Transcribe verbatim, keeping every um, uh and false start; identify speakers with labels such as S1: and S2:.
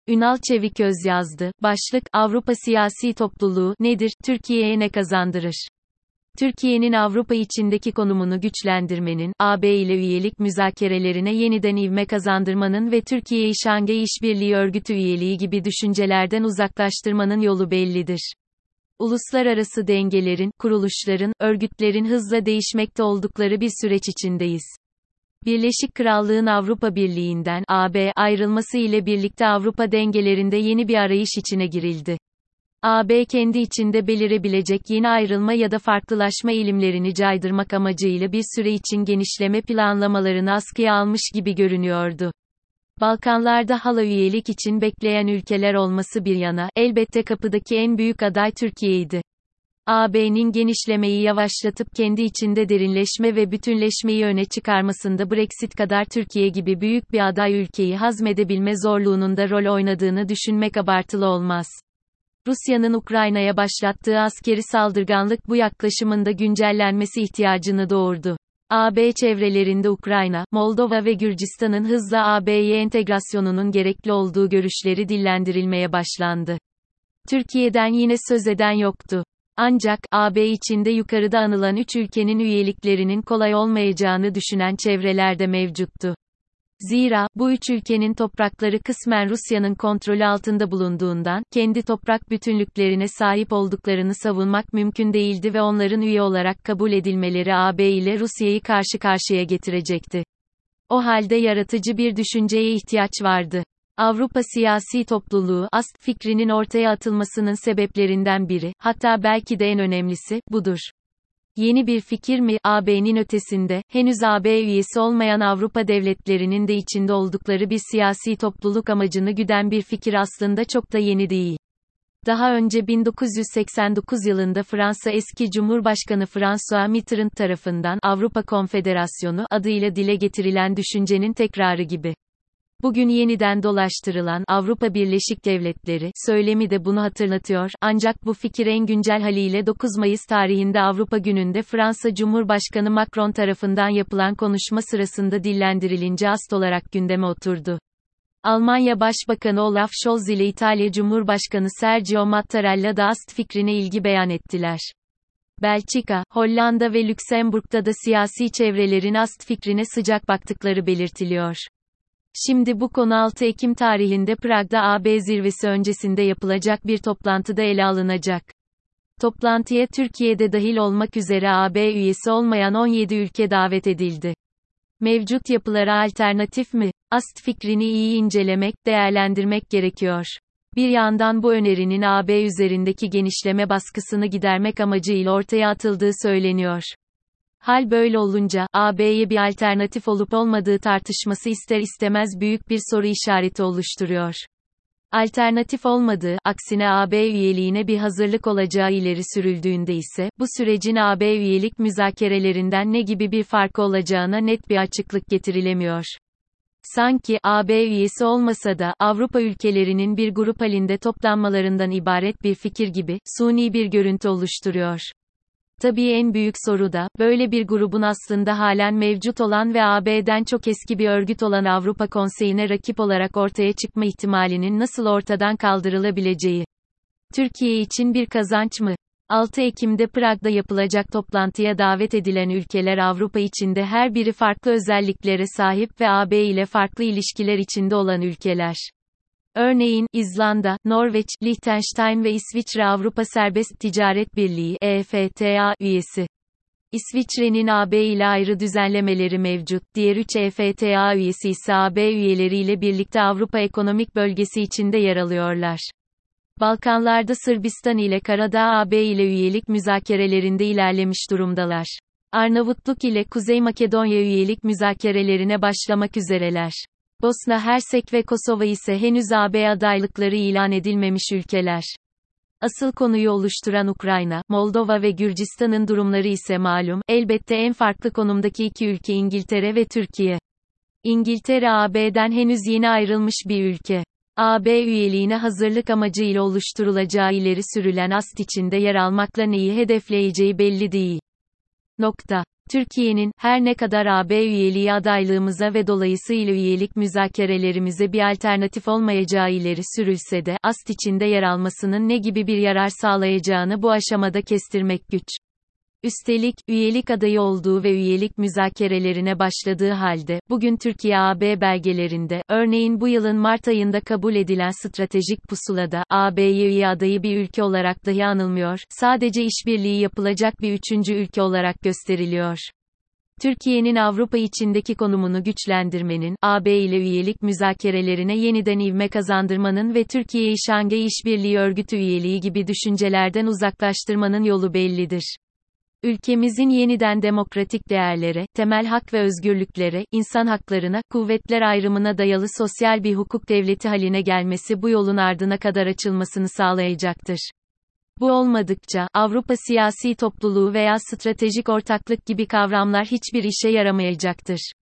S1: Ünal Çeviköz yazdı. Başlık, Avrupa siyasi topluluğu nedir, Türkiye'ye ne kazandırır? Türkiye'nin Avrupa içindeki konumunu güçlendirmenin, A B ile üyelik müzakerelerine yeniden ivme kazandırmanın ve Türkiye'yi Şangay İşbirliği Örgütü üyeliği gibi düşüncelerden uzaklaştırmanın yolu bellidir. Uluslararası dengelerin, kuruluşların, örgütlerin hızla değişmekte oldukları bir süreç içindeyiz. Birleşik Krallığın Avrupa Birliği'nden A B ayrılması ile birlikte Avrupa dengelerinde yeni bir arayış içine girildi. A B kendi içinde belirebilecek yeni ayrılma ya da farklılaşma eğilimlerini caydırmak amacıyla bir süre için genişleme planlamalarını askıya almış gibi görünüyordu. Balkanlarda hala üyelik için bekleyen ülkeler olması bir yana, elbette kapıdaki en büyük aday Türkiye'ydi. A B'nin genişlemeyi yavaşlatıp kendi içinde derinleşme ve bütünleşmeyi öne çıkarmasında Brexit kadar Türkiye gibi büyük bir aday ülkeyi hazmedebilme zorluğunun da rol oynadığını düşünmek abartılı olmaz. Rusya'nın Ukrayna'ya başlattığı askeri saldırganlık bu yaklaşımın da güncellenmesi ihtiyacını doğurdu. A B çevrelerinde Ukrayna, Moldova ve Gürcistan'ın hızla A B'ye entegrasyonunun gerekli olduğu görüşleri dillendirilmeye başlandı. Türkiye'den yine söz eden yoktu. Ancak, A B içinde yukarıda anılan üç ülkenin üyeliklerinin kolay olmayacağını düşünen çevreler de mevcuttu. Zira, bu üç ülkenin toprakları kısmen Rusya'nın kontrolü altında bulunduğundan, kendi toprak bütünlüklerine sahip olduklarını savunmak mümkün değildi ve onların üye olarak kabul edilmeleri A B ile Rusya'yı karşı karşıya getirecekti. O halde yaratıcı bir düşünceye ihtiyaç vardı. Avrupa siyasi topluluğu, A S T fikrinin ortaya atılmasının sebeplerinden biri, hatta belki de en önemlisi, budur. Yeni bir fikir mi, A B'nin ötesinde, henüz A B üyesi olmayan Avrupa devletlerinin de içinde oldukları bir siyasi topluluk amacını güden bir fikir aslında çok da yeni değil. Daha önce bin dokuz yüz seksen dokuz yılında Fransa eski Cumhurbaşkanı François Mitterrand tarafından Avrupa Konfederasyonu adıyla dile getirilen düşüncenin tekrarı gibi. Bugün yeniden dolaştırılan Avrupa Birleşik Devletleri söylemi de bunu hatırlatıyor, ancak bu fikir en güncel haliyle dokuz Mayıs tarihinde Avrupa Günü'nde Fransa Cumhurbaşkanı Macron tarafından yapılan konuşma sırasında dillendirilince A S T olarak gündeme oturdu. Almanya Başbakanı Olaf Scholz ile İtalya Cumhurbaşkanı Sergio Mattarella da A S T fikrine ilgi beyan ettiler. Belçika, Hollanda ve Lüksemburg'da da siyasi çevrelerin A S T fikrine sıcak baktıkları belirtiliyor. Şimdi bu konu altı Ekim tarihinde Prag'da A B zirvesi öncesinde yapılacak bir toplantıda ele alınacak. Toplantıya Türkiye'de dahil olmak üzere A B üyesi olmayan on yedi ülke davet edildi. Mevcut yapılara alternatif mi? A S T fikrini iyi incelemek, değerlendirmek gerekiyor. Bir yandan bu önerinin A B üzerindeki genişleme baskısını gidermek amacıyla ortaya atıldığı söyleniyor. Hal böyle olunca, A B'ye bir alternatif olup olmadığı tartışması ister istemez büyük bir soru işareti oluşturuyor. Alternatif olmadığı, aksine A B üyeliğine bir hazırlık olacağı ileri sürüldüğünde ise, bu sürecin A B üyelik müzakerelerinden ne gibi bir farkı olacağına net bir açıklık getirilemiyor. Sanki, A B üyesi olmasa da, Avrupa ülkelerinin bir grup halinde toplanmalarından ibaret bir fikir gibi, suni bir görüntü oluşturuyor. Tabii en büyük soru da, böyle bir grubun aslında halen mevcut olan ve A B'den çok eski bir örgüt olan Avrupa Konseyi'ne rakip olarak ortaya çıkma ihtimalinin nasıl ortadan kaldırılabileceği. Türkiye için bir kazanç mı? altı Ekim'de Prag'da yapılacak toplantıya davet edilen ülkeler Avrupa içinde her biri farklı özelliklere sahip ve A B ile farklı ilişkiler içinde olan ülkeler. Örneğin, İzlanda, Norveç, Liechtenstein ve İsviçre Avrupa Serbest Ticaret Birliği (E F T A) üyesi. İsviçre'nin A B ile ayrı düzenlemeleri mevcut, diğer üç E F T A üyesi ise A B üyeleriyle birlikte Avrupa Ekonomik Bölgesi içinde yer alıyorlar. Balkanlarda Sırbistan ile Karadağ A B ile üyelik müzakerelerinde ilerlemiş durumdalar. Arnavutluk ile Kuzey Makedonya üyelik müzakerelerine başlamak üzereler. Bosna Hersek ve Kosova ise henüz A B adaylıkları ilan edilmemiş ülkeler. Asıl konuyu oluşturan Ukrayna, Moldova ve Gürcistan'ın durumları ise malum, elbette en farklı konumdaki iki ülke İngiltere ve Türkiye. İngiltere A B'den henüz yeni ayrılmış bir ülke. A B üyeliğine hazırlık amacıyla oluşturulacağı ileri sürülen A S T içinde yer almakla neyi hedefleyeceği belli değil. Nokta. Türkiye'nin, her ne kadar A B üyeliği adaylığımıza ve dolayısıyla üyelik müzakerelerimize bir alternatif olmayacağı ileri sürülse de, ast içinde yer almasının ne gibi bir yarar sağlayacağını bu aşamada kestirmek güç. Üstelik, üyelik adayı olduğu ve üyelik müzakerelerine başladığı halde, bugün Türkiye-A B belgelerinde, örneğin bu yılın Mart ayında kabul edilen stratejik pusulada, A B'ye üye adayı bir ülke olarak dahi anılmıyor, sadece işbirliği yapılacak bir üçüncü ülke olarak gösteriliyor. Türkiye'nin Avrupa içindeki konumunu güçlendirmenin, A B ile üyelik müzakerelerine yeniden ivme kazandırmanın ve Türkiye'yi Şangay İşbirliği Örgütü üyeliği gibi düşüncelerden uzaklaştırmanın yolu bellidir. Ülkemizin yeniden demokratik değerlere, temel hak ve özgürlüklere, insan haklarına, kuvvetler ayrımına dayalı sosyal bir hukuk devleti haline gelmesi bu yolun ardına kadar açılmasını sağlayacaktır. Bu olmadıkça, Avrupa siyasi topluluğu veya stratejik ortaklık gibi kavramlar hiçbir işe yaramayacaktır.